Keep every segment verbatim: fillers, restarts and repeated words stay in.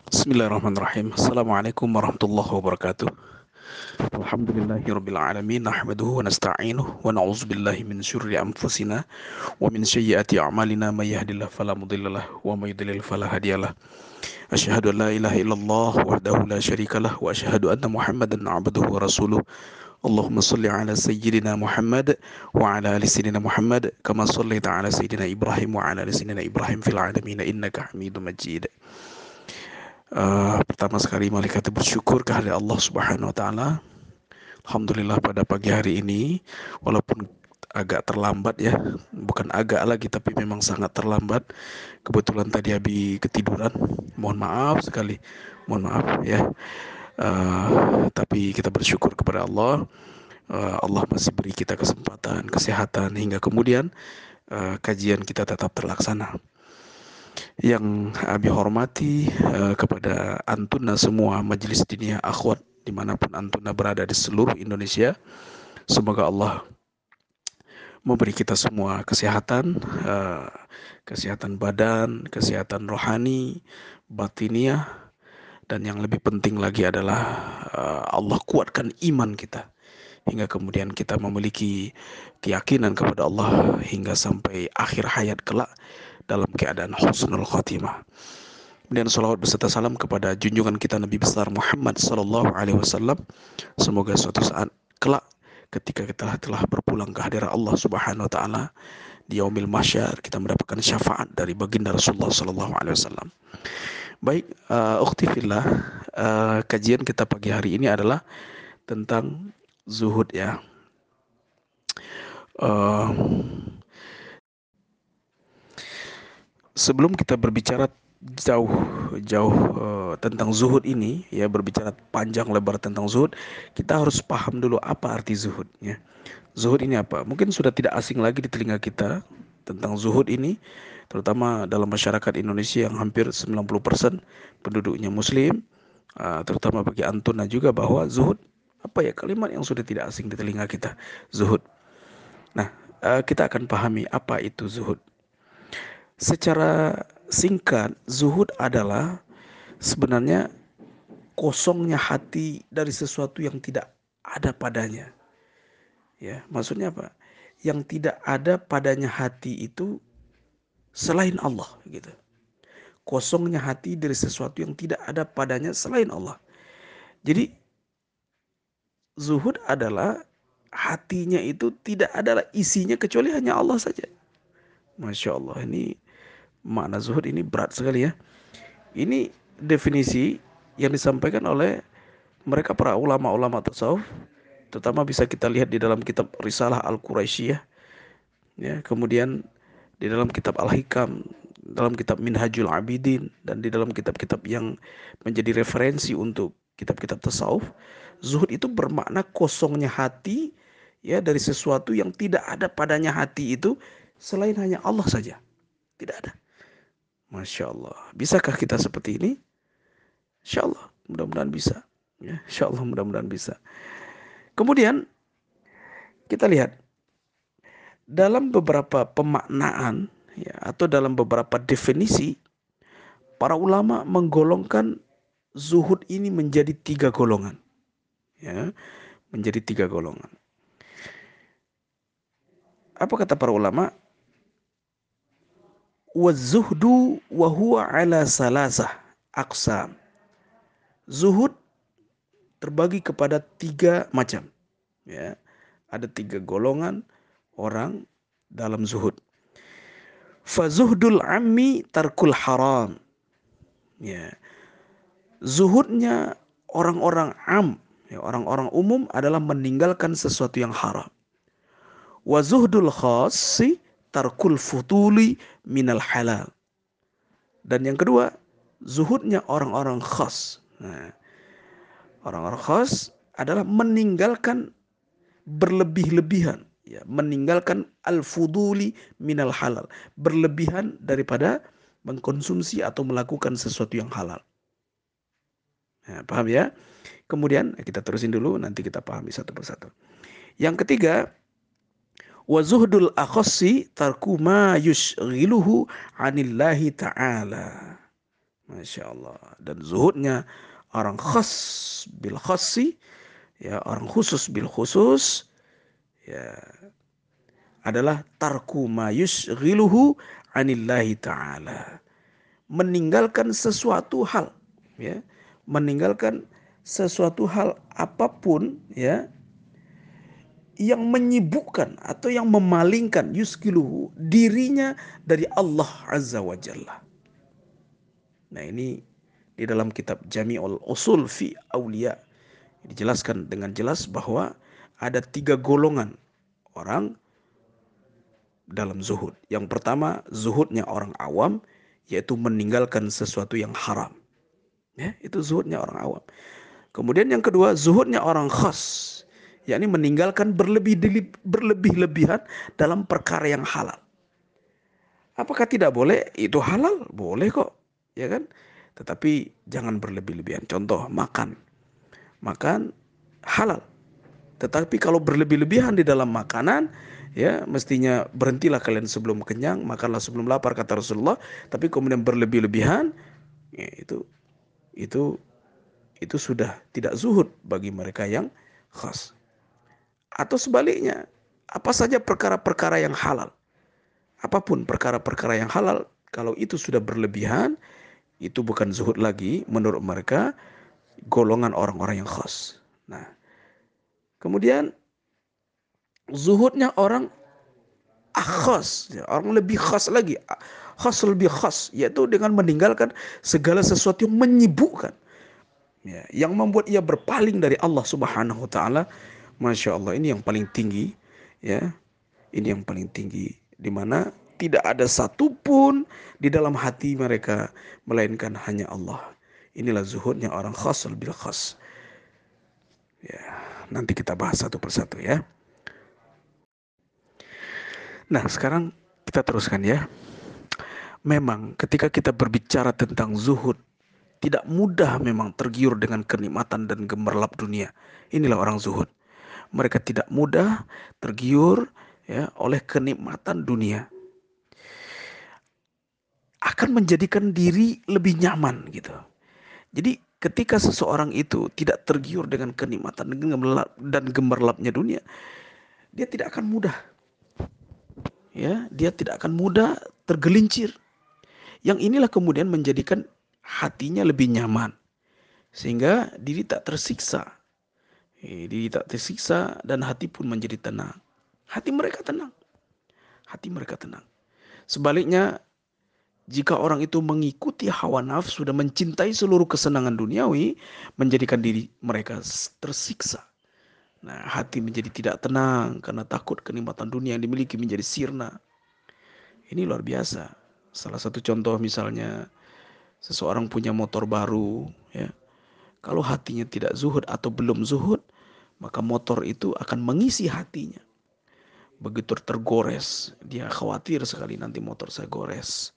Bismillahirrahmanirrahim. Assalamualaikum warahmatullahi wabarakatuh. Alhamdulillahirabbil alamin nahmaduhu wa nasta'inuhu wa na'udzubillahi min syurri anfusina wa min sayyiati a'malina may yahdihillahu fala mudhillalah wa may yudlil fala hadiyalah. Asyhadu an la ilaha illallah wahdahu la syarikalah wa asyhadu anna Muhammadan 'abduhu wa rasuluh. Allahumma shalli ala sayyidina Muhammad wa ala ali sayyidina Muhammad kama shallaita ala sayyidina Ibrahim wa ala ali sayyidina Ibrahim fil alamin innaka Hamidum Majid. Uh, pertama sekali mari kita bersyukur kehadirat Allah Subhanahu wa taala. Alhamdulillah pada pagi hari ini walaupun agak terlambat ya, bukan agak lagi tapi memang sangat terlambat. Kebetulan tadi Abi ketiduran. Mohon maaf sekali. Mohon maaf ya. Uh, tapi kita bersyukur kepada Allah. Uh, Allah masih beri kita kesempatan, kesehatan hingga kemudian uh, kajian kita tetap terlaksana. Yang Abi hormati uh, kepada Antuna semua majelis diniyah akhwat dimanapun Antuna berada di seluruh Indonesia, semoga Allah memberi kita semua kesehatan, uh, kesehatan badan, kesehatan rohani, batiniah, dan yang lebih penting lagi adalah uh, Allah kuatkan iman kita hingga kemudian kita memiliki keyakinan kepada Allah hingga sampai akhir hayat kelak dalam keadaan husnul khatimah. Kemudian salawat beserta salam kepada junjungan kita Nabi besar Muhammad sallallahu alaihi wasallam. Semoga suatu saat kelak ketika kita telah berpulang ke hadirat Allah Subhanahu wa taala di yaumil mahsyar kita mendapatkan syafaat dari baginda Rasulullah sallallahu alaihi wasallam. Baik, uh, ukhti fillah, uh, kajian kita pagi hari ini adalah tentang zuhud ya. Uh, sebelum kita berbicara jauh jauh uh, tentang zuhud ini ya, berbicara panjang lebar tentang zuhud, kita harus paham dulu apa arti zuhud ya. Zuhud ini apa? Mungkin sudah tidak asing lagi di telinga kita tentang zuhud ini, terutama dalam masyarakat Indonesia yang hampir sembilan puluh persen penduduknya muslim, uh, terutama bagi Antuna juga, bahwa zuhud apa ya, kalimat yang sudah tidak asing di telinga kita, zuhud. Nah, uh, kita akan pahami apa itu zuhud. Secara singkat, zuhud adalah sebenarnya kosongnya hati dari sesuatu yang tidak ada padanya. Ya, maksudnya apa? Yang tidak ada padanya hati itu selain Allah gitu. Kosongnya hati dari sesuatu yang tidak ada padanya selain Allah. Jadi zuhud adalah hatinya itu tidak ada isinya kecuali hanya Allah saja. Masya Allah, ini makna zuhud ini berat sekali ya. Ini definisi yang disampaikan oleh mereka para ulama-ulama tasawuf, terutama bisa kita lihat di dalam kitab Risalah Al-Quraisyiyah ya, kemudian di dalam kitab Al-Hikam, dalam kitab Minhajul Abidin, dan di dalam kitab-kitab yang menjadi referensi untuk kitab-kitab tasawuf. Zuhud itu bermakna kosongnya hati ya dari sesuatu yang tidak ada padanya hati itu selain hanya Allah saja. Tidak ada. Masya Allah. Bisakah kita seperti ini? Insya Allah, mudah-mudahan bisa. Ya, insya Allah mudah-mudahan bisa. Kemudian kita lihat dalam beberapa pemaknaan ya, atau dalam beberapa definisi, para ulama menggolongkan zuhud ini menjadi tiga golongan. Ya, menjadi tiga golongan. Apa kata para ulama? Wazuhdu wa huwa ala salasah aqsam. Zuhud terbagi kepada tiga macam. Ya, ada tiga golongan orang dalam zuhud. Fazuhdul ammi tarkul haram. Ya, zuhudnya orang-orang am, ya, orang-orang umum adalah meninggalkan sesuatu yang haram. Wa zuhdul khassi tarkul futuli minal halal. Dan yang kedua, zuhudnya orang-orang khas. Nah, orang-orang khas adalah meninggalkan berlebih-lebihan, ya, meninggalkan al-fuduli minal halal, berlebihan daripada mengkonsumsi atau melakukan sesuatu yang halal. Nah, paham ya? Kemudian kita terusin dulu, nanti kita pahami satu persatu. Yang ketiga, wa zuhdul akhassi tarku ma yushghiluhu anillahi ta'ala. Masya Allah. Dan zuhudnya orang khas bil khasi, ya orang khusus bil khusus, ya adalah tarku ma yusghiluhu anillahi ta'ala. Meninggalkan sesuatu hal, ya. Meninggalkan sesuatu hal apapun, ya, yang menyibukkan atau yang memalingkan yusghiluhu dirinya dari Allah Azza wa Jalla. Nah, ini di dalam kitab Jami'ul Usul fi Auliya dijelaskan dengan jelas bahwa ada tiga golongan orang dalam zuhud. Yang pertama, zuhudnya orang awam, yaitu meninggalkan sesuatu yang haram. Ya, itu zuhudnya orang awam. Kemudian yang kedua, zuhudnya orang khas, yakni meninggalkan berlebih berlebih-lebihan dalam perkara yang halal. Apakah tidak boleh? Itu halal, boleh kok, ya kan? Tetapi jangan berlebih-lebihan. Contoh, makan. Makan halal. Tetapi kalau berlebih-lebihan di dalam makanan, ya mestinya berhentilah kalian sebelum kenyang, makanlah sebelum lapar kata Rasulullah. Tapi kemudian berlebih-lebihan, ya, itu itu itu sudah tidak zuhud bagi mereka yang khas. Atau sebaliknya, apa saja perkara-perkara yang halal, apapun perkara-perkara yang halal, kalau itu sudah berlebihan, itu bukan zuhud lagi menurut mereka, golongan orang-orang yang khas. Nah, kemudian zuhudnya orang akhas, ya, orang lebih khas lagi, khas lebih khas, yaitu dengan meninggalkan segala sesuatu yang menyibukkan, ya, yang membuat ia berpaling dari Allah Subhanahu wa taala. Masya Allah, ini yang paling tinggi, ya, ini yang paling tinggi, di mana tidak ada satupun di dalam hati mereka melainkan hanya Allah. Inilah zuhudnya orang khas lebih khas. Ya, nanti kita bahas satu persatu, ya. Nah, sekarang kita teruskan, ya. Memang ketika kita berbicara tentang zuhud, tidak mudah memang tergiur dengan kenikmatan dan gemerlap dunia. Inilah orang zuhud. Mereka tidak mudah tergiur, ya, oleh kenikmatan dunia. Akan menjadikan diri lebih nyaman gitu. Jadi ketika seseorang itu tidak tergiur dengan kenikmatan dan gemerlapnya dunia, dia tidak akan mudah, ya, dia tidak akan mudah tergelincir. Yang inilah kemudian menjadikan hatinya lebih nyaman, sehingga diri tak tersiksa. Eh, diri tak tersiksa dan hati pun menjadi tenang. Hati mereka tenang. Hati mereka tenang. Sebaliknya, jika orang itu mengikuti hawa nafsu dan mencintai seluruh kesenangan duniawi, menjadikan diri mereka tersiksa. Nah, hati menjadi tidak tenang karena takut kenikmatan dunia yang dimiliki menjadi sirna. Ini luar biasa. Salah satu contoh misalnya, seseorang punya motor baru, ya. Kalau hatinya tidak zuhud atau belum zuhud, maka motor itu akan mengisi hatinya. Begitu tergores, dia khawatir sekali nanti motor saya gores.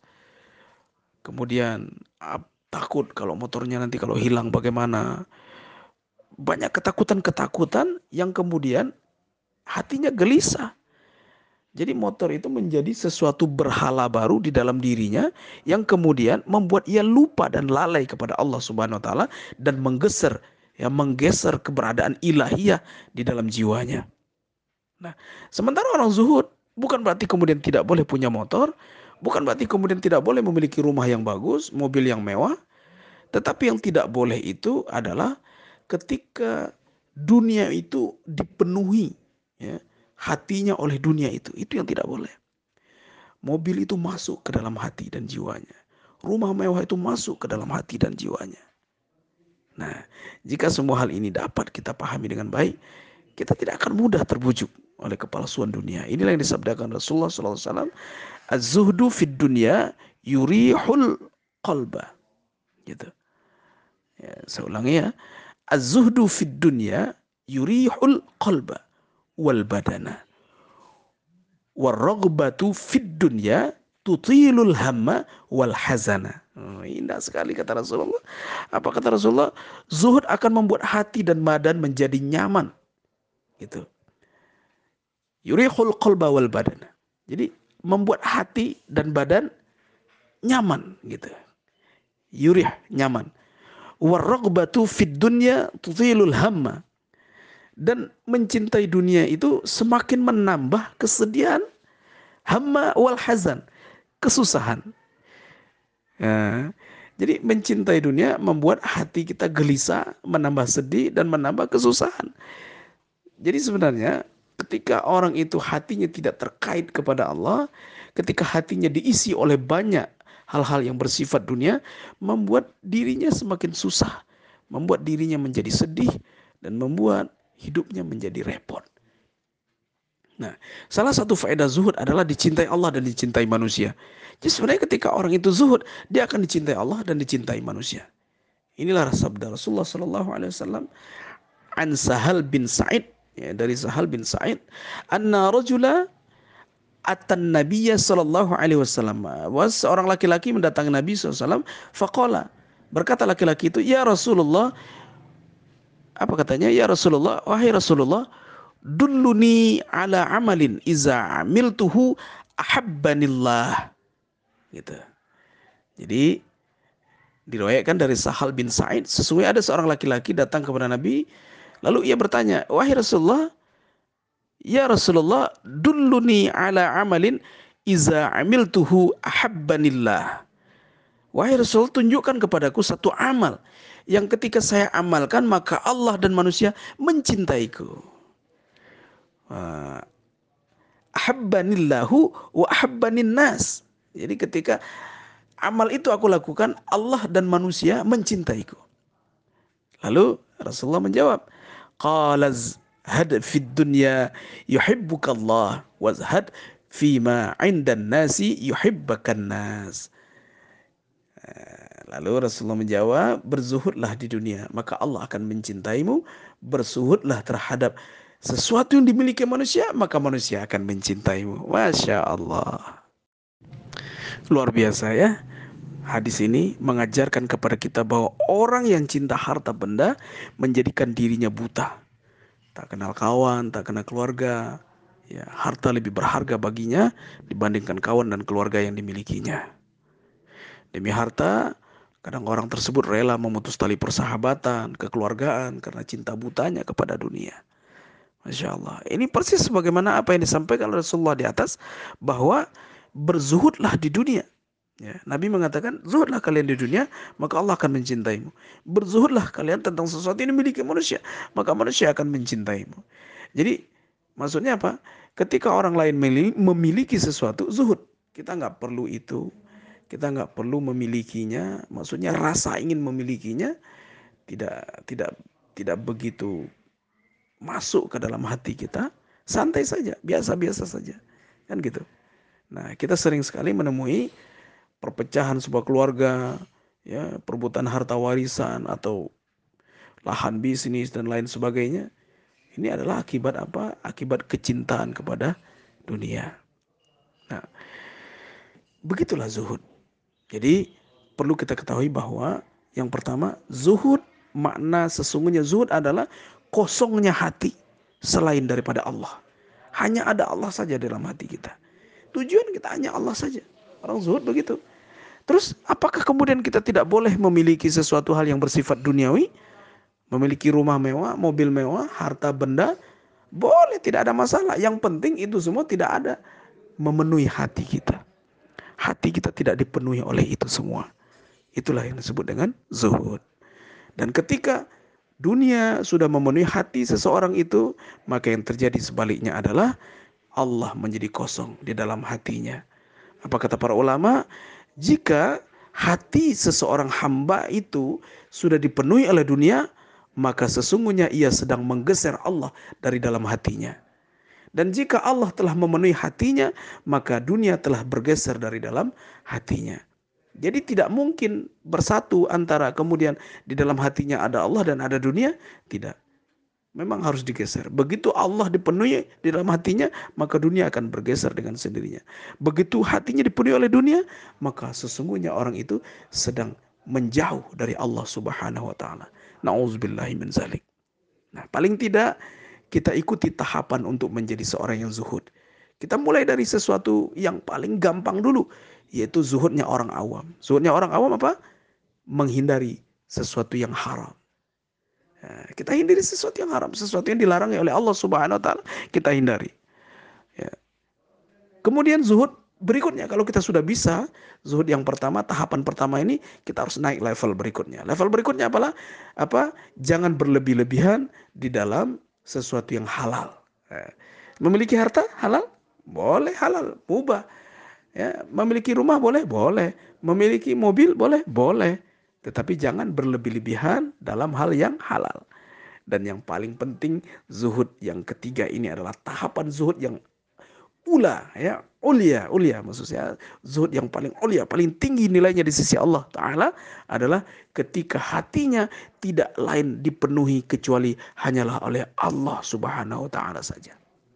Kemudian takut kalau motornya nanti kalau hilang bagaimana. Banyak ketakutan-ketakutan yang kemudian hatinya gelisah. Jadi motor itu menjadi sesuatu berhala baru di dalam dirinya yang kemudian membuat ia lupa dan lalai kepada Allah Subhanahu wa taala dan menggeser, ya, menggeser keberadaan ilahiyah di dalam jiwanya. Nah, sementara orang zuhud bukan berarti kemudian tidak boleh punya motor, bukan berarti kemudian tidak boleh memiliki rumah yang bagus, mobil yang mewah, tetapi yang tidak boleh itu adalah ketika dunia itu dipenuhi, ya, hatinya oleh dunia itu, itu yang tidak boleh. Mobil itu masuk ke dalam hati dan jiwanya. Rumah mewah itu masuk ke dalam hati dan jiwanya. Nah, jika semua hal ini dapat kita pahami dengan baik, kita tidak akan mudah terbujuk oleh kepalsuan dunia. Inilah yang disabdakan Rasulullah shallallahu alaihi wasallam, az-zuhdu fid dunya yurihul qalba. Gitu. Ya, saya ulangi, ya. Az-zuhdu fid dunya yurihul qalba wal badana. Warraghbatu fid dunya tutilul hamma wal hazana. Oh, indah sekali kata Rasulullah. Apa kata Rasulullah? Zuhud akan membuat hati dan badan menjadi nyaman. Gitu. Yurihul qalba wal badana. Jadi membuat hati dan badan nyaman gitu. yurih, nyaman. Warraghbatu fid dunya tuthilul hamma. Dan mencintai dunia itu semakin menambah kesedihan, hamma wal hazan, kesusahan. Nah, jadi mencintai dunia membuat hati kita gelisah, menambah sedih dan menambah kesusahan. Jadi sebenarnya ketika orang itu hatinya tidak terkait kepada Allah, ketika hatinya diisi oleh banyak hal-hal yang bersifat dunia, membuat dirinya semakin susah, membuat dirinya menjadi sedih, dan membuat hidupnya menjadi repot. Nah, salah satu faedah zuhud adalah dicintai Allah dan dicintai manusia. Jadi sebenarnya ketika orang itu zuhud, dia akan dicintai Allah dan dicintai manusia. Inilah sabda Rasulullah Sallallahu Alaihi Wasallam an Sahal bin Sa'id, ya, dari Sahal bin Sa'id, anna rajula atan Nabiyya Sallallahu Alaihi Wasallam, was seorang laki-laki mendatangi Nabi Sallallahu Alaihi Wasallam, faqala, berkata laki-laki itu, ya Rasulullah, apa katanya? Ya Rasulullah, wahai Rasulullah, dulluni ala amalin iza amiltuhu ahabbanillah. Gitu. Jadi diriwayatkan dari Sahal bin Sa'id, sesuai ada seorang laki-laki datang kepada Nabi, lalu ia bertanya, wahai Rasulullah, ya Rasulullah, dulluni ala amalin iza amiltuhu ahabbanillah. Wahai Rasul, tunjukkan kepadaku satu amal yang ketika saya amalkan maka Allah dan manusia mencintaiku. Ahabbanillahu wa ahabbanin nas. Jadi ketika amal itu aku lakukan, Allah dan manusia mencintaiku. Lalu Rasulullah menjawab, qala zhad fid dunya yuhibbukallah wa zhad fima 'indan nasi yuhibbakan nas. Lalu Rasulullah menjawab, berzuhudlah di dunia, maka Allah akan mencintaimu. Berzuhudlah terhadap sesuatu yang dimiliki manusia, maka manusia akan mencintaimu. Masya Allah. Luar biasa ya. Hadis ini mengajarkan kepada kita bahwa orang yang cinta harta benda menjadikan dirinya buta. Tak kenal kawan, tak kenal keluarga. Ya, harta lebih berharga baginya dibandingkan kawan dan keluarga yang dimilikinya. Demi harta, kadang orang tersebut rela memutus tali persahabatan, kekeluargaan karena cinta butanya kepada dunia. Masya Allah. Ini persis sebagaimana apa yang disampaikan oleh Rasulullah di atas, bahwa berzuhudlah di dunia. Ya, Nabi mengatakan, zuhudlah kalian di dunia, maka Allah akan mencintaimu. Berzuhudlah kalian tentang sesuatu yang dimiliki manusia, maka manusia akan mencintaimu. Jadi maksudnya apa? Ketika orang lain memiliki sesuatu, zuhud. Kita nggak perlu itu. Kita nggak perlu memilikinya, maksudnya rasa ingin memilikinya tidak tidak tidak begitu masuk ke dalam hati kita, santai saja, biasa-biasa saja, kan gitu. Nah, kita sering sekali menemui perpecahan sebuah keluarga, ya, perebutan harta warisan atau lahan bisnis dan lain sebagainya. Ini adalah akibat apa? Akibat kecintaan kepada dunia. Nah, begitulah zuhud. Jadi perlu kita ketahui bahwa yang pertama, zuhud, makna sesungguhnya zuhud adalah kosongnya hati selain daripada Allah. Hanya ada Allah saja dalam hati kita. Tujuan kita hanya Allah saja. Orang zuhud begitu. Terus apakah kemudian kita tidak boleh memiliki sesuatu hal yang bersifat duniawi? Memiliki rumah mewah, mobil mewah, harta benda? Boleh, tidak ada masalah. Yang penting itu semua tidak ada memenuhi hati kita. Hati kita tidak dipenuhi oleh itu semua. Itulah yang disebut dengan zuhud. Dan ketika dunia sudah memenuhi hati seseorang itu, maka yang terjadi sebaliknya adalah Allah menjadi kosong di dalam hatinya. Apa kata para ulama? Jika hati seseorang hamba itu sudah dipenuhi oleh dunia, maka sesungguhnya ia sedang menggeser Allah dari dalam hatinya. Dan jika Allah telah memenuhi hatinya, maka dunia telah bergeser dari dalam hatinya. Jadi tidak mungkin bersatu antara kemudian di dalam hatinya ada Allah dan ada dunia. Tidak. Memang harus digeser. Begitu Allah dipenuhi di dalam hatinya, maka dunia akan bergeser dengan sendirinya. Begitu hatinya dipenuhi oleh dunia, maka sesungguhnya orang itu sedang menjauh dari Allah Subhanahu wa taala. Nauzubillahi min zalik. Nah, paling tidak kita ikuti tahapan untuk menjadi seorang yang zuhud. Kita mulai dari sesuatu yang paling gampang dulu, yaitu zuhudnya orang awam. Zuhudnya orang awam apa? menghindari sesuatu yang haram. Nah, kita hindari sesuatu yang haram, sesuatu yang dilarang oleh Allah Subhanahu wa taala, kita hindari. Ya. Kemudian zuhud berikutnya, kalau kita sudah bisa zuhud yang pertama, tahapan pertama ini, kita harus naik level berikutnya. Level berikutnya apalah? Apa? Jangan berlebih-lebihan di dalam sesuatu yang halal. Nah, memiliki harta halal? Boleh halal, mubah. Ya, memiliki rumah boleh? Boleh. Memiliki mobil boleh? Boleh. Tetapi jangan berlebih-lebihan dalam hal yang halal. Dan yang paling penting, zuhud yang ketiga ini adalah tahapan zuhud yang ula, ya, ulia, ulia maksudnya zuhud yang paling ulia, paling tinggi nilainya di sisi Allah Ta'ala adalah ketika hatinya tidak lain dipenuhi kecuali hanyalah oleh Allah Subhanahu Wa Ta'ala saja.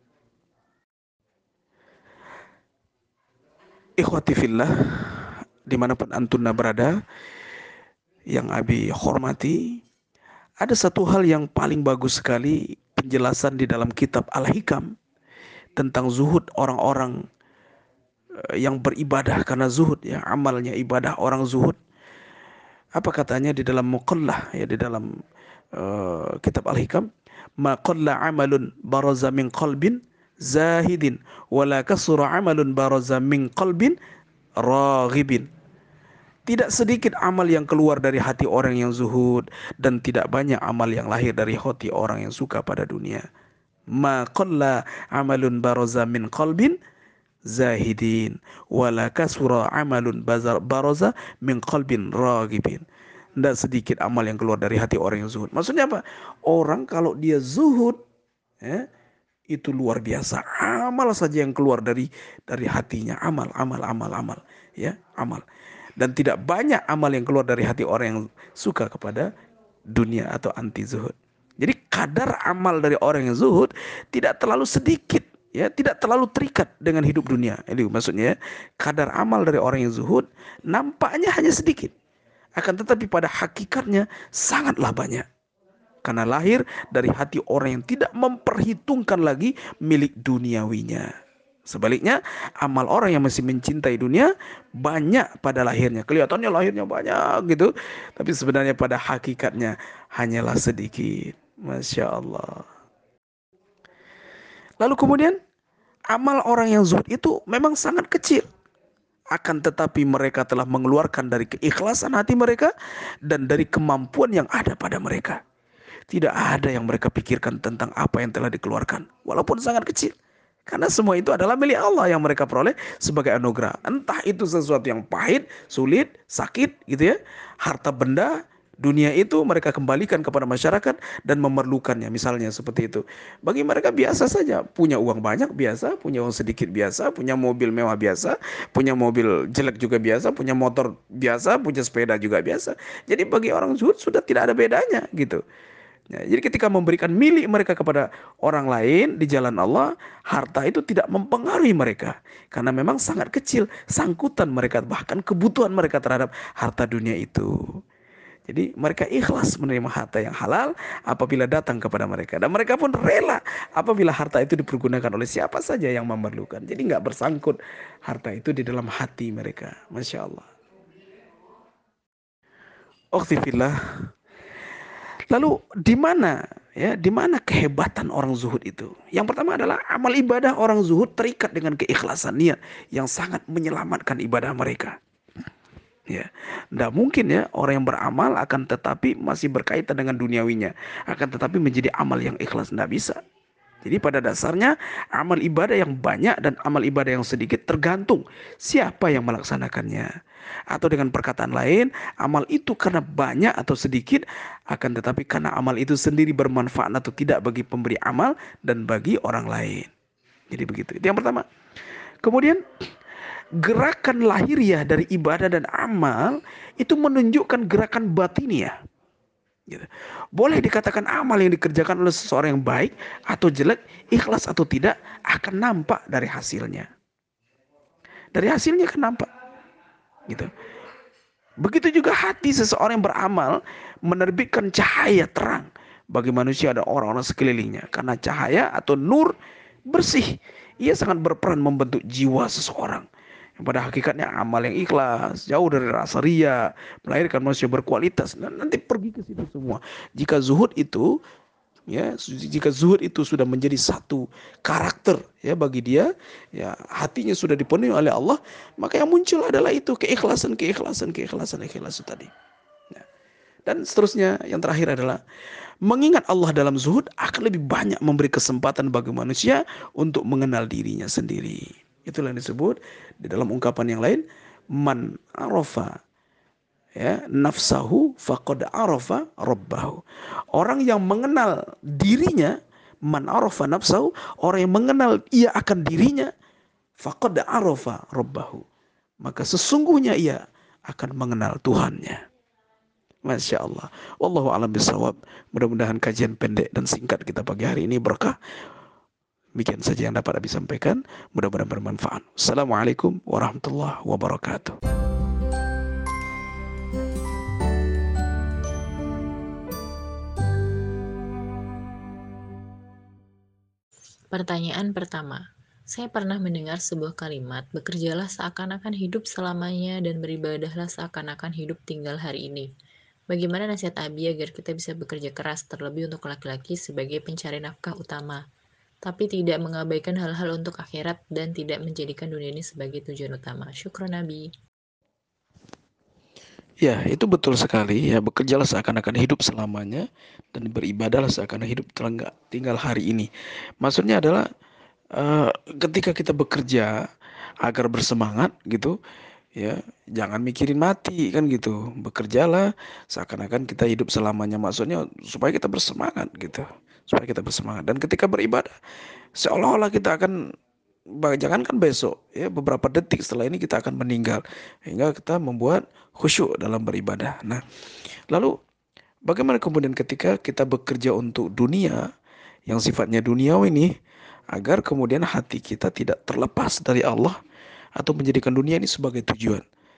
Ikhwati fillah, dimanapun antuna berada, yang Abi hormati, ada satu hal yang paling bagus sekali penjelasan di dalam kitab Al-Hikam tentang zuhud orang-orang yang beribadah karena zuhud, ya, amalnya ibadah orang zuhud. Apa katanya di dalam Muqallah, ya, di dalam uh, kitab Al-Hikam, ma qalla amalun baraza min qalbin zahidin wala kasura amalun baraza min qalbin raghibin. Tidak sedikit amal yang keluar dari hati orang yang zuhud, dan tidak banyak amal yang lahir dari hati orang yang suka pada dunia. Ma qalla amalun baraza min qalbin zahidin wala kasura amalun baraza min qalbin raghibin. Tidak sedikit amal yang keluar dari hati orang yang zuhud. Maksudnya apa? Orang kalau dia zuhud, ya, itu luar biasa. Amal saja yang keluar dari dari hatinya, amal, amal, amal, amal, ya, amal. Dan tidak banyak amal yang keluar dari hati orang yang suka kepada dunia atau anti zuhud. Jadi kadar amal dari orang yang zuhud tidak terlalu sedikit, ya, tidak terlalu terikat dengan hidup dunia. Jadi maksudnya kadar amal dari orang yang zuhud nampaknya hanya sedikit, akan tetapi pada hakikatnya sangatlah banyak. Karena lahir dari hati orang yang tidak memperhitungkan lagi milik duniawinya. Sebaliknya, amal orang yang masih mencintai dunia banyak pada lahirnya. Kelihatannya lahirnya banyak gitu, tapi sebenarnya pada hakikatnya hanyalah sedikit. Masya Allah. Lalu kemudian, amal orang yang zuhud itu memang sangat kecil. Akan tetapi mereka telah mengeluarkan dari keikhlasan hati mereka dan dari kemampuan yang ada pada mereka. Tidak ada yang mereka pikirkan tentang apa yang telah dikeluarkan, walaupun sangat kecil. Karena semua itu adalah milik Allah yang mereka peroleh sebagai anugerah. Entah itu sesuatu yang pahit, sulit, sakit gitu ya. Harta benda dunia itu mereka kembalikan kepada masyarakat dan memerlukannya. Misalnya seperti itu. Bagi mereka biasa saja. Punya uang banyak biasa, punya uang sedikit biasa, punya mobil mewah biasa, punya mobil jelek juga biasa, punya motor biasa, punya sepeda juga biasa. Jadi bagi orang zuhud sudah tidak ada bedanya gitu. Ya, jadi ketika memberikan milik mereka kepada orang lain di jalan Allah, harta itu tidak mempengaruhi mereka. Karena memang sangat kecil sangkutan mereka, bahkan kebutuhan mereka terhadap harta dunia itu. Jadi mereka ikhlas menerima harta yang halal apabila datang kepada mereka. Dan mereka pun rela apabila harta itu dipergunakan oleh siapa saja yang memerlukan. Jadi nggak bersangkut harta itu di dalam hati mereka. Masya Allah. Ukhtifillah. Lalu di mana, ya, di mana kehebatan orang zuhud itu? Yang pertama adalah amal ibadah orang zuhud terikat dengan keikhlasan niat yang sangat menyelamatkan ibadah mereka. Ya, tidak mungkin ya orang yang beramal akan tetapi masih berkaitan dengan duniawinya, akan tetapi menjadi amal yang ikhlas, tidak bisa. Jadi pada dasarnya amal ibadah yang banyak dan amal ibadah yang sedikit tergantung siapa yang melaksanakannya. Atau dengan perkataan lain, amal itu karena banyak atau sedikit, akan tetapi karena amal itu sendiri bermanfaat atau tidak bagi pemberi amal dan bagi orang lain. Jadi begitu. Itu yang pertama. Kemudian gerakan lahiriah dari ibadah dan amal itu menunjukkan gerakan batiniah. Gitu. Boleh dikatakan amal yang dikerjakan oleh seseorang yang baik atau jelek, ikhlas atau tidak, akan nampak dari hasilnya. Dari hasilnya akan nampak. Gitu. Begitu juga hati seseorang yang beramal menerbitkan cahaya terang bagi manusia dan orang-orang sekelilingnya. Karena cahaya atau nur bersih, ia sangat berperan membentuk jiwa seseorang. Pada hakikatnya amal yang ikhlas, jauh dari rasa ria, melahirkan manusia berkualitas. Dan nanti pergi ke situ semua. Jika zuhud itu, ya, jika zuhud itu sudah menjadi satu karakter ya bagi dia, ya hatinya sudah dipenuhi oleh Allah, maka yang muncul adalah itu keikhlasan, keikhlasan, keikhlasan, keikhlasan tadi. Ya. Dan seterusnya yang terakhir adalah mengingat Allah dalam zuhud akan lebih banyak memberi kesempatan bagi manusia untuk mengenal dirinya sendiri. Itulah yang disebut di dalam ungkapan yang lain, man arafa ya nafsahu faqad arafa rabbahu. Orang yang mengenal dirinya, man arafa nafsahu, orang yang mengenal ia akan dirinya, faqad arafa rabbahu. Maka sesungguhnya ia akan mengenal Tuhannya. Masya Allah. Wallahu a'lam bishawab. Mudah-mudahan kajian pendek dan singkat kita pagi hari ini berkah. Demikian saja yang dapat kami sampaikan. Mudah-mudahan bermanfaat. Assalamualaikum warahmatullahi wabarakatuh. Pertanyaan pertama, saya pernah mendengar sebuah kalimat, bekerjalah seakan-akan hidup selamanya dan beribadahlah seakan-akan hidup tinggal hari ini. Bagaimana nasihat Abi agar kita bisa bekerja keras terlebih untuk laki-laki sebagai pencari nafkah utama, tapi tidak mengabaikan hal-hal untuk akhirat dan tidak menjadikan dunia ini sebagai tujuan utama. Syukron Abi. Ya, itu betul sekali. Ya, bekerjalah seakan-akan hidup selamanya dan beribadahlah seakan-akan hidup tinggal, tinggal hari ini. Maksudnya adalah uh, ketika kita bekerja agar bersemangat gitu, ya jangan mikirin mati kan gitu. Bekerjalah seakan-akan kita hidup selamanya. Maksudnya supaya kita bersemangat gitu, supaya kita bersemangat. Dan ketika beribadah, seolah-olah kita akan jangankan besok ya beberapa detik setelah ini kita akan meninggal, hingga kita membuat khusyuk dalam beribadah. Nah, lalu bagaimana kemudian ketika kita bekerja untuk dunia yang sifatnya duniawi ini, agar kemudian hati kita tidak terlepas dari Allah atau menjadikan dunia ini sebagai tujuan.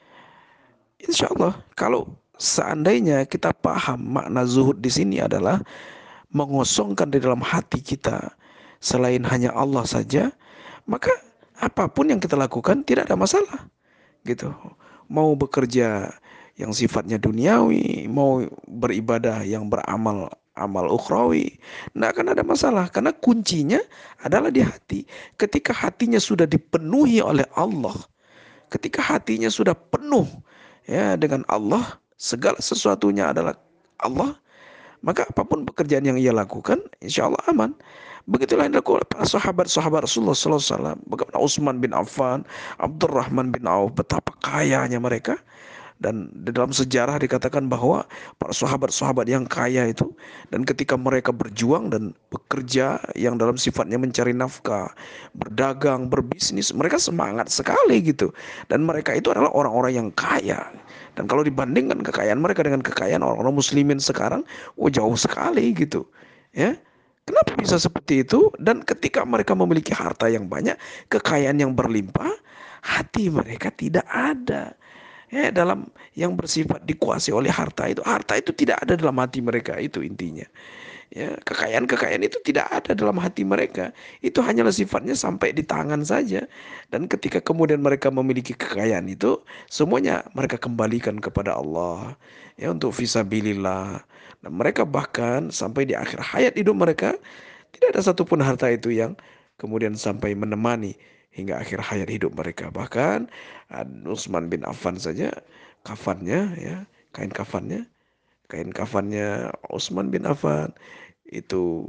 Insya Allah, kalau seandainya kita paham makna zuhud di sini adalah mengosongkan di dalam hati kita selain hanya Allah saja, maka apapun yang kita lakukan tidak ada masalah, gitu. Mau bekerja yang sifatnya duniawi, mau beribadah yang beramal amal ukhrawi, tidak akan ada masalah karena kuncinya adalah di hati. Ketika hatinya sudah dipenuhi oleh Allah, ketika hatinya sudah penuh ya dengan Allah, segala sesuatunya adalah Allah, maka apapun pekerjaan yang ia lakukan, insya Allah aman. Begitulah yang dilakukan oleh para sahabat-sahabat Rasulullah sallallahu alaihi wasallam. Bagaimana Utsman bin Affan, Abdurrahman bin Auf, betapa kayanya mereka. Dan di dalam sejarah dikatakan bahwa para sahabat-sahabat yang kaya itu, dan ketika mereka berjuang dan bekerja yang dalam sifatnya mencari nafkah, berdagang, berbisnis, mereka semangat sekali gitu. Dan mereka itu adalah orang-orang yang kaya. Dan kalau dibandingkan kekayaan mereka dengan kekayaan orang-orang muslimin sekarang, oh jauh sekali gitu. Ya. Kenapa bisa seperti itu? Dan ketika mereka memiliki harta yang banyak, kekayaan yang berlimpah, hati mereka tidak ada ya dalam yang bersifat dikuasai oleh harta itu. Harta itu tidak ada dalam hati mereka, itu intinya. Ya, kekayaan-kekayaan itu tidak ada dalam hati mereka. Itu hanyalah sifatnya sampai di tangan saja. Dan ketika kemudian mereka memiliki kekayaan itu, semuanya mereka kembalikan kepada Allah ya untuk fisabilillah. Dan mereka bahkan sampai di akhir hayat hidup mereka tidak ada satupun harta itu yang kemudian sampai menemani hingga akhir hayat hidup mereka. Bahkan Utsman bin Affan saja kafannya ya, kain kafannya, kain kafannya Utsman bin Affan itu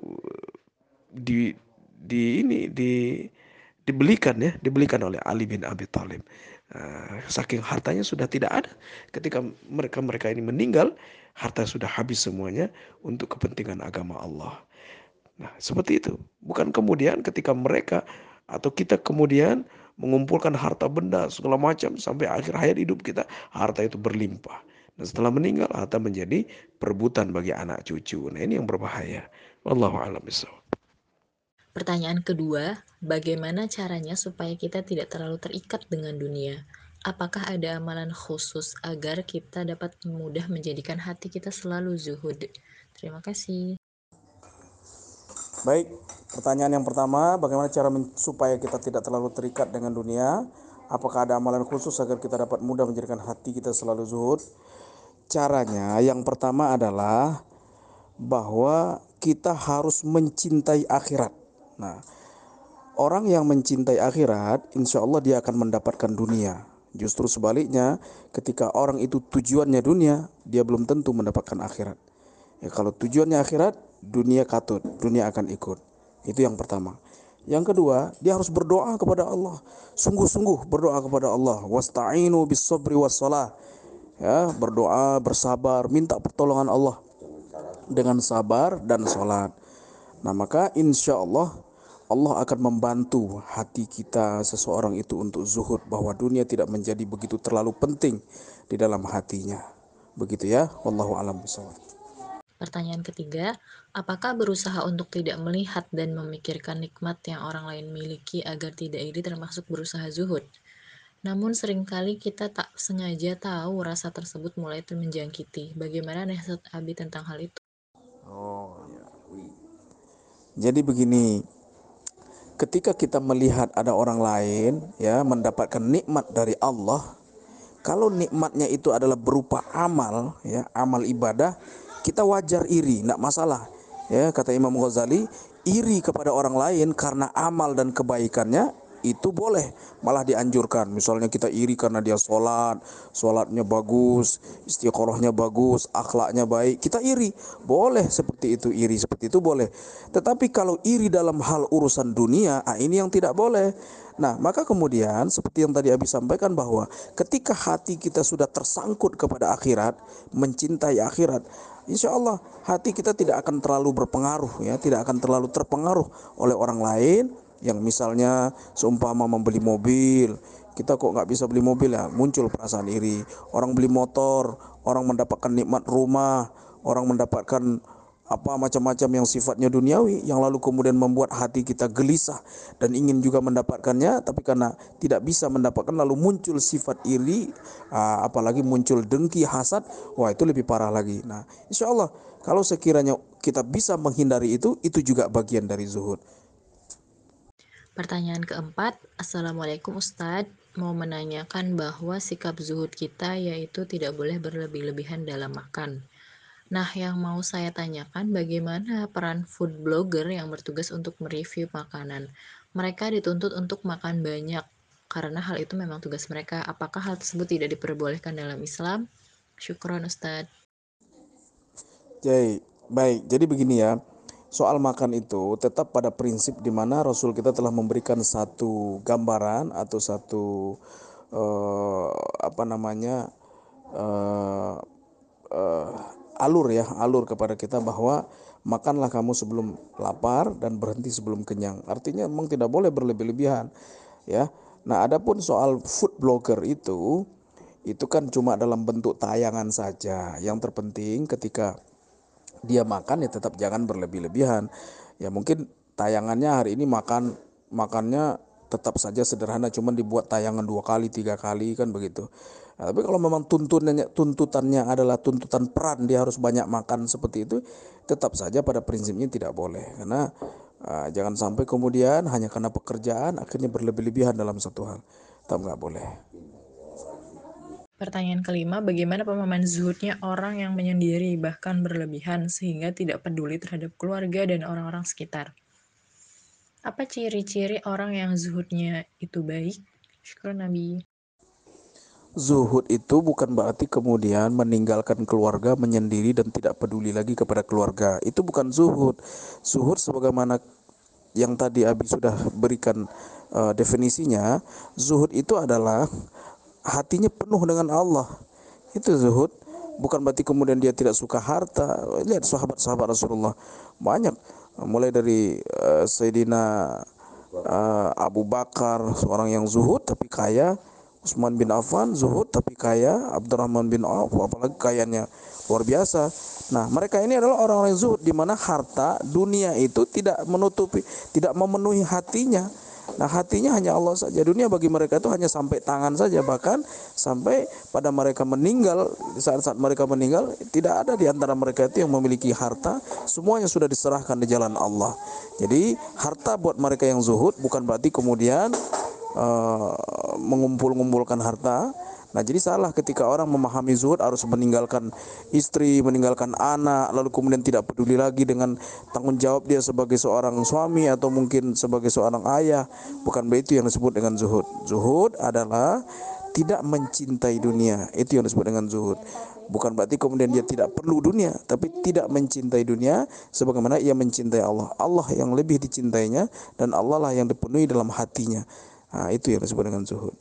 di di ini di dibelikan ya, dibelikan oleh Ali bin Abi Thalib. Uh, saking hartanya sudah tidak ada. Ketika mereka mereka ini meninggal, harta sudah habis semuanya untuk kepentingan agama Allah. Nah, seperti itu. Bukan kemudian ketika mereka atau kita kemudian mengumpulkan harta benda segala macam sampai akhir hayat hidup kita, harta itu berlimpah. Dan setelah meninggal, harta menjadi perebutan bagi anak cucu. Nah, ini yang berbahaya. Wallahu a'lam bishawab. Pertanyaan kedua, bagaimana caranya supaya kita tidak terlalu terikat dengan dunia? Apakah ada amalan khusus agar kita dapat mudah menjadikan hati kita selalu zuhud? Terima kasih. Baik, pertanyaan yang pertama, bagaimana cara supaya kita tidak terlalu terikat dengan dunia? Apakah ada amalan khusus agar kita dapat mudah menjadikan hati kita selalu zuhud? Caranya yang pertama adalah bahwa kita harus mencintai akhirat. Nah, orang yang mencintai akhirat, insya Allah dia akan mendapatkan dunia. Justru sebaliknya, ketika orang itu tujuannya dunia, dia belum tentu mendapatkan akhirat. Ya, kalau tujuannya akhirat, dunia katut, dunia akan ikut. Itu yang pertama. Yang kedua, dia harus berdoa kepada Allah. Sungguh-sungguh berdoa kepada Allah. Wasta'inu bis sabri was salah. Ya, berdoa, bersabar, minta pertolongan Allah dengan sabar dan sholat. Nah, maka insya Allah Allah akan membantu hati kita seseorang itu untuk zuhud, bahwa dunia tidak menjadi begitu terlalu penting di dalam hatinya. Begitu ya, wallahu a'lam bishawab. Pertanyaan ketiga, apakah berusaha untuk tidak melihat dan memikirkan nikmat yang orang lain miliki agar tidak iri termasuk berusaha zuhud? Namun seringkali kita tak sengaja tahu rasa tersebut mulai menjangkiti. Bagaimana nasihat Abi tentang hal itu? Oh, ya. Jadi begini, ketika kita melihat ada orang lain ya mendapatkan nikmat dari Allah, kalau nikmatnya itu adalah berupa amal, ya amal ibadah, kita wajar iri, tidak masalah. Ya, kata Imam Ghazali, iri kepada orang lain karena amal dan kebaikannya itu boleh, malah dianjurkan. Misalnya kita iri karena dia sholat, sholatnya bagus, istiqorohnya bagus, akhlaknya baik, kita iri, boleh seperti itu, iri seperti itu boleh. Tetapi kalau iri dalam hal urusan dunia, ah, ini yang tidak boleh. Nah, maka kemudian seperti yang tadi Abi sampaikan, bahwa ketika hati kita sudah tersangkut kepada akhirat, mencintai akhirat, insya Allah hati kita tidak akan terlalu berpengaruh, ya, tidak akan terlalu terpengaruh oleh orang lain. Yang misalnya seumpama membeli mobil, kita kok nggak bisa beli mobil, ya muncul perasaan iri. Orang beli motor, orang mendapatkan nikmat rumah, orang mendapatkan apa macam-macam yang sifatnya duniawi, yang lalu kemudian membuat hati kita gelisah dan ingin juga mendapatkannya, tapi karena tidak bisa mendapatkan lalu muncul sifat iri, apalagi muncul dengki, hasad, wah itu lebih parah lagi. Nah, insya Allah kalau sekiranya kita bisa menghindari itu, itu juga bagian dari zuhud. Pertanyaan keempat, Assalamualaikum Ustadz, mau menanyakan bahwa sikap zuhud kita yaitu tidak boleh berlebih-lebihan dalam makan. Nah, yang mau saya tanyakan bagaimana peran food blogger yang bertugas untuk mereview makanan. Mereka dituntut untuk makan banyak, karena hal itu memang tugas mereka. Apakah hal tersebut tidak diperbolehkan dalam Islam? Syukron Ustadz. Jadi, baik, jadi begini ya. Soal makan itu tetap pada prinsip di mana Rasul kita telah memberikan satu gambaran atau satu eh, apa namanya eh, eh, alur ya, alur kepada kita bahwa makanlah kamu sebelum lapar dan berhenti sebelum kenyang. Artinya memang tidak boleh berlebih-lebihan, ya. Nah, adapun soal food blogger itu itu kan cuma dalam bentuk tayangan saja. Yang terpenting ketika dia makan ya tetap jangan berlebih-lebihan. Ya mungkin tayangannya hari ini makan makannya tetap saja sederhana, cuman dibuat tayangan dua kali tiga kali kan begitu. Nah, tapi kalau memang tuntutannya tuntutannya adalah tuntutan peran, dia harus banyak makan seperti itu, tetap saja pada prinsipnya tidak boleh, karena uh, jangan sampai kemudian hanya karena pekerjaan akhirnya berlebih-lebihan dalam satu hal, tetap nggak boleh. Pertanyaan kelima, bagaimana pemahaman zuhudnya orang yang menyendiri bahkan berlebihan sehingga tidak peduli terhadap keluarga dan orang-orang sekitar? Apa ciri-ciri orang yang zuhudnya itu baik? Syukur Nabi. Zuhud itu bukan berarti kemudian meninggalkan keluarga, menyendiri dan tidak peduli lagi kepada keluarga. Itu bukan zuhud. Zuhud sebagaimana yang tadi Abi sudah berikan uh, definisinya, zuhud itu adalah hatinya penuh dengan Allah. Itu zuhud. Bukan berarti kemudian dia tidak suka harta. Lihat sahabat-sahabat Rasulullah banyak, mulai dari uh, Sayyidina uh, Abu Bakar, seorang yang zuhud tapi kaya. Utsman bin Affan zuhud tapi kaya. Abdurrahman bin Auf apalagi kayanya luar biasa. Nah, mereka ini adalah orang-orang yang zuhud, di mana harta dunia itu tidak menutupi, tidak memenuhi hatinya. Nah, hatinya hanya Allah saja. Dunia bagi mereka itu hanya sampai tangan saja, bahkan sampai pada mereka meninggal, saat-saat mereka meninggal tidak ada di antara mereka itu yang memiliki harta, semuanya sudah diserahkan di jalan Allah. Jadi, harta buat mereka yang zuhud bukan berarti kemudian uh, mengumpul-ngumpulkan harta. Nah, jadi salah ketika orang memahami zuhud harus meninggalkan istri, meninggalkan anak, lalu kemudian tidak peduli lagi dengan tanggung jawab dia sebagai seorang suami atau mungkin sebagai seorang ayah. Bukan begitu yang disebut dengan zuhud. Zuhud adalah tidak mencintai dunia. Itu yang disebut dengan zuhud. Bukan berarti kemudian dia tidak perlu dunia, tapi tidak mencintai dunia sebagaimana ia mencintai Allah. Allah yang lebih dicintainya dan Allah lah yang dipenuhi dalam hatinya. Nah, itu yang disebut dengan zuhud.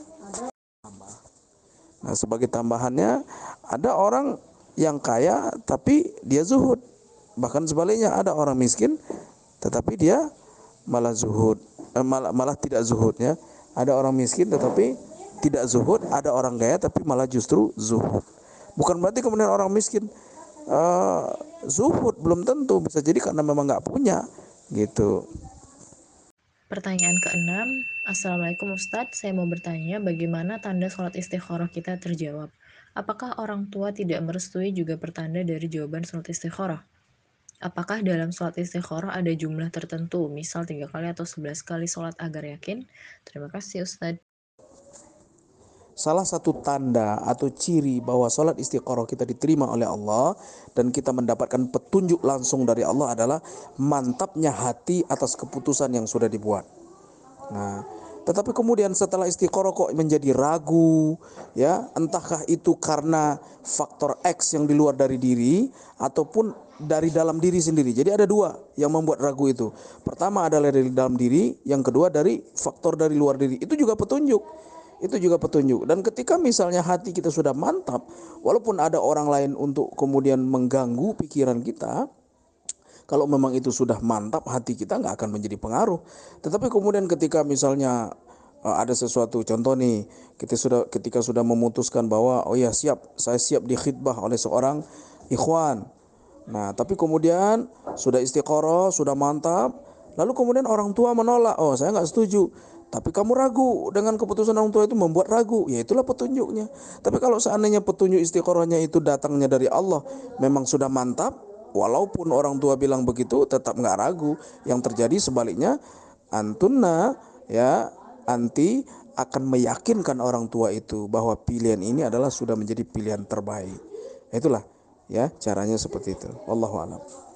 Nah, sebagai tambahannya, ada orang yang kaya tapi dia zuhud. Bahkan sebaliknya, ada orang miskin tetapi dia malah zuhud, eh, malah, malah tidak zuhudnya. Ada orang miskin tetapi tidak zuhud, ada orang kaya tapi malah justru zuhud. Bukan berarti kemudian orang miskin uh, zuhud, belum tentu, bisa jadi karena memang nggak punya gitu. Pertanyaan keenam, Assalamualaikum Ustadz, saya mau bertanya bagaimana tanda sholat istikharah kita terjawab? Apakah orang tua tidak merestui juga pertanda dari jawaban sholat istikharah? Apakah dalam sholat istikharah ada jumlah tertentu, misal tiga kali atau sebelas kali sholat agar yakin? Terima kasih Ustadz. Salah satu tanda atau ciri bahwa sholat istikharah kita diterima oleh Allah dan kita mendapatkan petunjuk langsung dari Allah adalah mantapnya hati atas keputusan yang sudah dibuat. Nah, tetapi kemudian setelah istikharah kok menjadi ragu, ya, entahkah itu karena faktor X yang di luar dari diri ataupun dari dalam diri sendiri. Jadi ada dua yang membuat ragu itu. Pertama adalah dari dalam diri, yang kedua dari faktor dari luar diri. Itu juga petunjuk. Itu juga petunjuk. Dan ketika misalnya hati kita sudah mantap, walaupun ada orang lain untuk kemudian mengganggu pikiran kita, kalau memang itu sudah mantap, hati kita nggak akan menjadi pengaruh. Tetapi kemudian ketika misalnya uh, ada sesuatu, contoh nih, kita sudah ketika sudah memutuskan bahwa oh ya siap, saya siap dikhidbah oleh seorang ikhwan. Nah, tapi kemudian sudah istikharah, sudah mantap, lalu kemudian orang tua menolak, oh saya nggak setuju. Tapi kamu ragu dengan keputusan orang tua itu membuat ragu, ya itulah petunjuknya. Tapi kalau seandainya petunjuk istikharahnya itu datangnya dari Allah, memang sudah mantap, walaupun orang tua bilang begitu, tetap nggak ragu. Yang terjadi sebaliknya, antunna ya anti akan meyakinkan orang tua itu bahwa pilihan ini adalah sudah menjadi pilihan terbaik. Itulah ya caranya seperti itu. Wallahu a'lam.